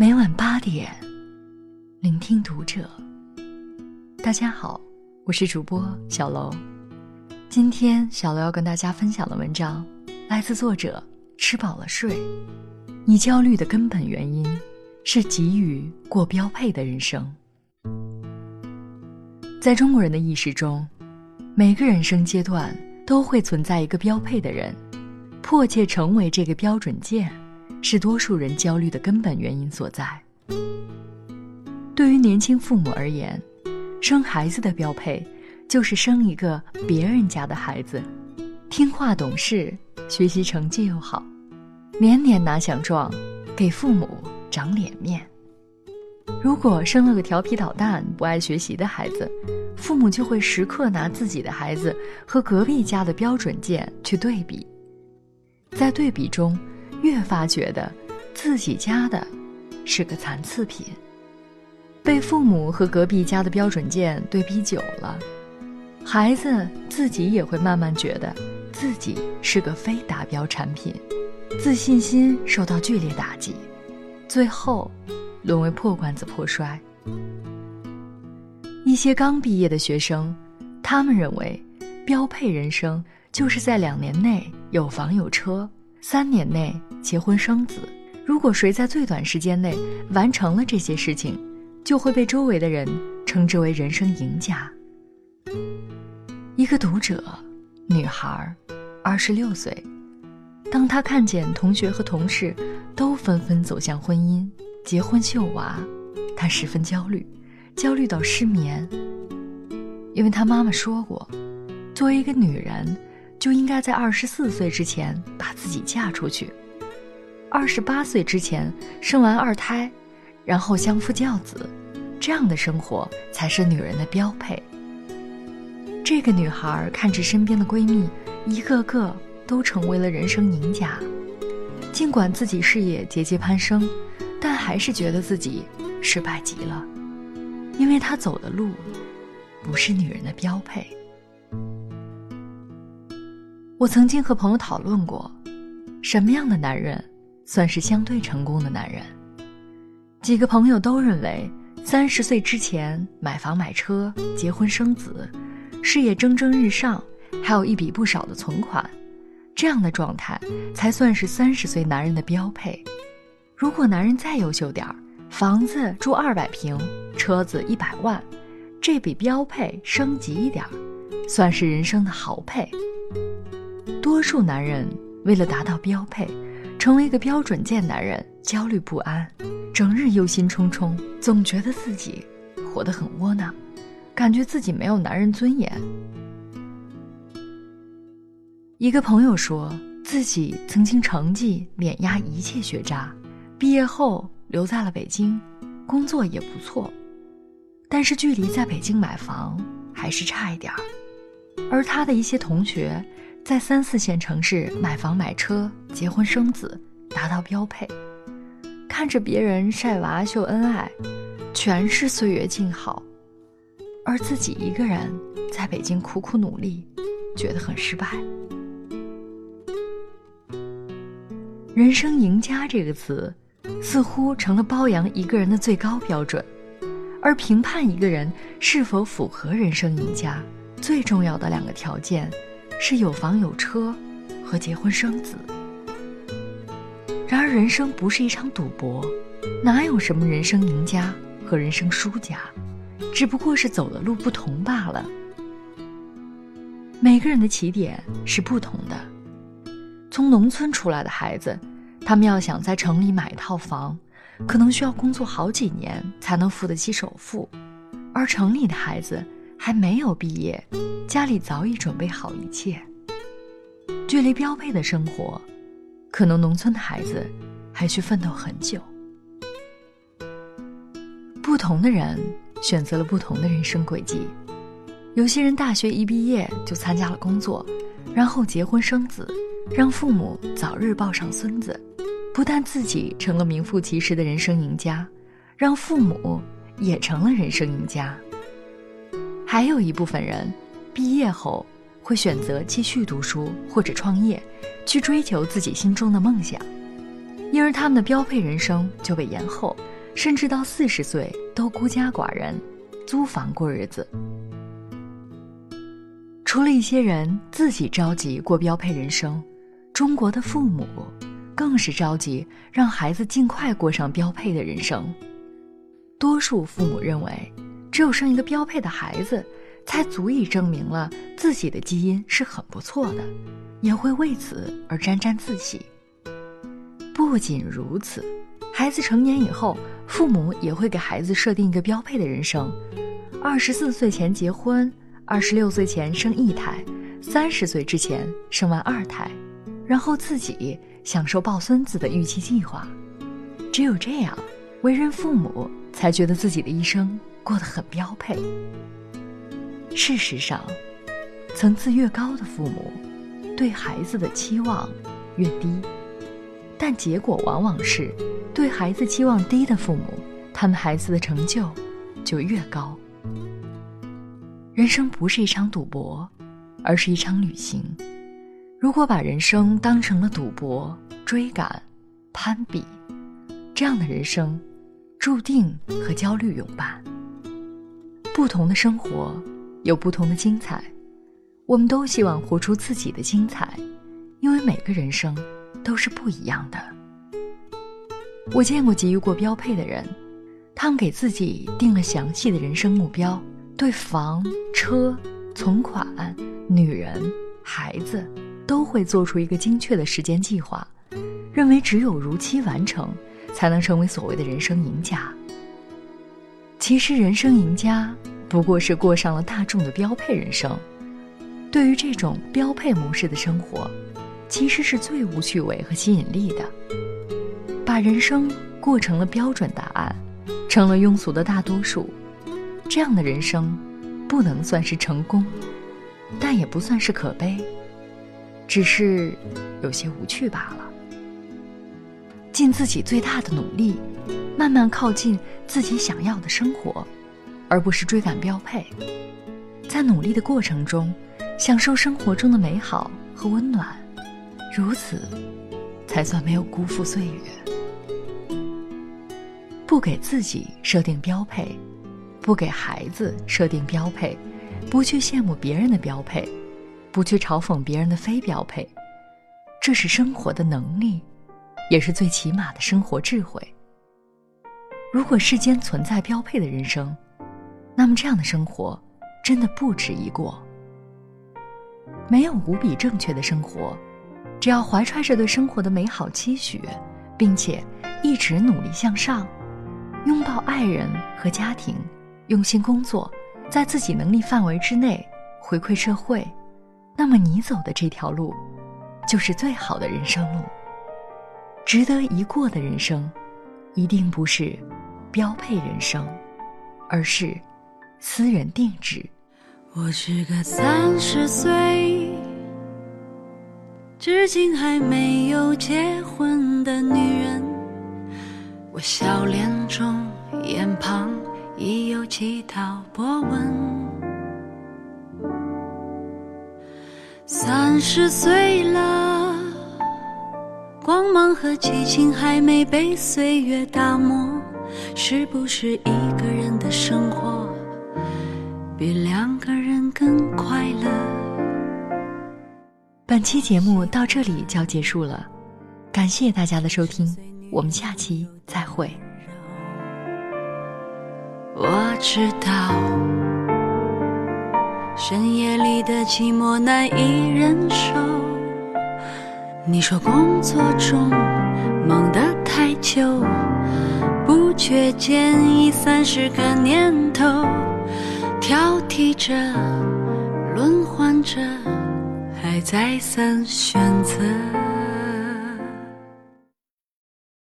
每晚8点，聆听读者。大家好，我是主播小楼。今天小楼要跟大家分享的文章来自作者吃饱了睡。你焦虑的根本原因是急于过标配的人生。在中国人的意识中，每个人生阶段都会存在一个标配的人，迫切成为这个标准件是多数人焦虑的根本原因所在。对于年轻父母而言，生孩子的标配就是生一个别人家的孩子，听话懂事，学习成绩又好，年年拿奖状，给父母长脸面。如果生了个调皮捣蛋不爱学习的孩子，父母就会时刻拿自己的孩子和隔壁家的标准件去对比，在对比中越发觉得自己家的是个残次品。被父母和隔壁家的标准件对比久了，孩子自己也会慢慢觉得自己是个非达标产品，自信心受到剧烈打击，最后沦为破罐子破摔。一些刚毕业的学生，他们认为标配人生就是在2年内有房有车，3年内结婚生子。如果谁在最短时间内完成了这些事情，就会被周围的人称之为人生赢家。一个读者，女孩，26岁，当她看见同学和同事都纷纷走向婚姻，结婚秀娃，她十分焦虑，焦虑到失眠。因为她妈妈说过，作为一个女人，就应该在24岁之前把自己嫁出去，28岁之前生完2胎，然后相夫教子，这样的生活才是女人的标配。这个女孩看着身边的闺蜜一个个都成为了人生赢家，尽管自己事业节节攀升，但还是觉得自己失败极了，因为她走的路不是女人的标配。我曾经和朋友讨论过，什么样的男人算是相对成功的男人。几个朋友都认为30岁之前买房买车，结婚生子，事业蒸蒸日上，还有一笔不少的存款，这样的状态才算是30岁男人的标配。如果男人再优秀点儿，房子住200平，车子100万，这比标配升级一点，算是人生的豪配。多数男人为了达到标配，成为一个标准件男人，焦虑不安，整日忧心忡忡，总觉得自己活得很窝囊，感觉自己没有男人尊严。一个朋友说，自己曾经成绩碾压一切学渣，毕业后留在了北京，工作也不错，但是距离在北京买房还是差一点儿。而他的一些同学在3、4线城市买房买车，结婚生子，达到标配。看着别人晒娃秀恩爱，全是岁月静好，而自己一个人在北京苦苦努力，觉得很失败。人生赢家这个词似乎成了褒扬一个人的最高标准，而评判一个人是否符合人生赢家最重要的2个条件是有房有车和结婚生子。然而人生不是一场赌博，哪有什么人生赢家和人生输家，只不过是走的路不同罢了。每个人的起点是不同的。从农村出来的孩子，他们要想在城里买一套房，可能需要工作好几年才能付得起首付，而城里的孩子还没有毕业，家里早已准备好一切。距离标配的生活，可能农村的孩子还需奋斗很久。不同的人选择了不同的人生轨迹，有些人大学一毕业就参加了工作，然后结婚生子，让父母早日抱上孙子，不但自己成了名副其实的人生赢家，让父母也成了人生赢家。还有一部分人毕业后会选择继续读书或者创业，去追求自己心中的梦想。 因而他们的标配人生就被延后，甚至到40岁都孤家寡人，租房过日子。除了一些人自己着急过标配人生，中国的父母更是着急让孩子尽快过上标配的人生。多数父母认为，只有生一个标配的孩子，才足以证明了自己的基因是很不错的，也会为此而沾沾自喜。不仅如此，孩子成年以后，父母也会给孩子设定一个标配的人生：24岁前结婚，26岁前生1胎，30岁之前生完2胎，然后自己享受抱孙子的预期计划。只有这样，为人父母才觉得自己的一生过得很标配。事实上，层次越高的父母，对孩子的期望越低，但结果往往是，对孩子期望低的父母，他们孩子的成就就越高。人生不是一场赌博，而是一场旅行。如果把人生当成了赌博、追赶、攀比，这样的人生注定和焦虑永伴。不同的生活有不同的精彩，我们都希望活出自己的精彩，因为每个人生都是不一样的。我见过急于过标配的人，他们给自己定了详细的人生目标，对房、车、存款、女人、孩子都会做出一个精确的时间计划，认为只有如期完成，才能成为所谓的人生赢家。其实人生赢家不过是过上了大众的标配人生。对于这种标配模式的生活，其实是最无趣味和吸引力的。把人生过成了标准答案，成了庸俗的大多数，这样的人生不能算是成功，但也不算是可悲，只是有些无趣罢了。尽自己最大的努力，慢慢靠近自己想要的生活，而不是追赶标配。在努力的过程中，享受生活中的美好和温暖，如此才算没有辜负岁月。不给自己设定标配，不给孩子设定标配，不去羡慕别人的标配，不去嘲讽别人的非标配，这是生活的能力，也是最起码的生活智慧。如果世间存在标配的人生，那么这样的生活真的不值一过。没有无比正确的生活，只要怀揣着对生活的美好期许，并且一直努力向上，拥抱爱人和家庭，用心工作，在自己能力范围之内回馈社会，那么你走的这条路就是最好的人生路。值得一过的人生，一定不是标配人生，而是私人定制。 我是个30岁至今还没有结婚的女人，我笑脸中眼旁已有几道波纹。30岁了，光芒和激情还没被岁月打磨，是不是一个人的生活比2个人更快乐？ 本期节目到这里就要结束了，感谢大家的收听，我们下期再会。 我知道深夜里的寂寞难以忍受，你说工作中忙得太久，不觉间已30个年头，挑剔着轮换着，还再三选择。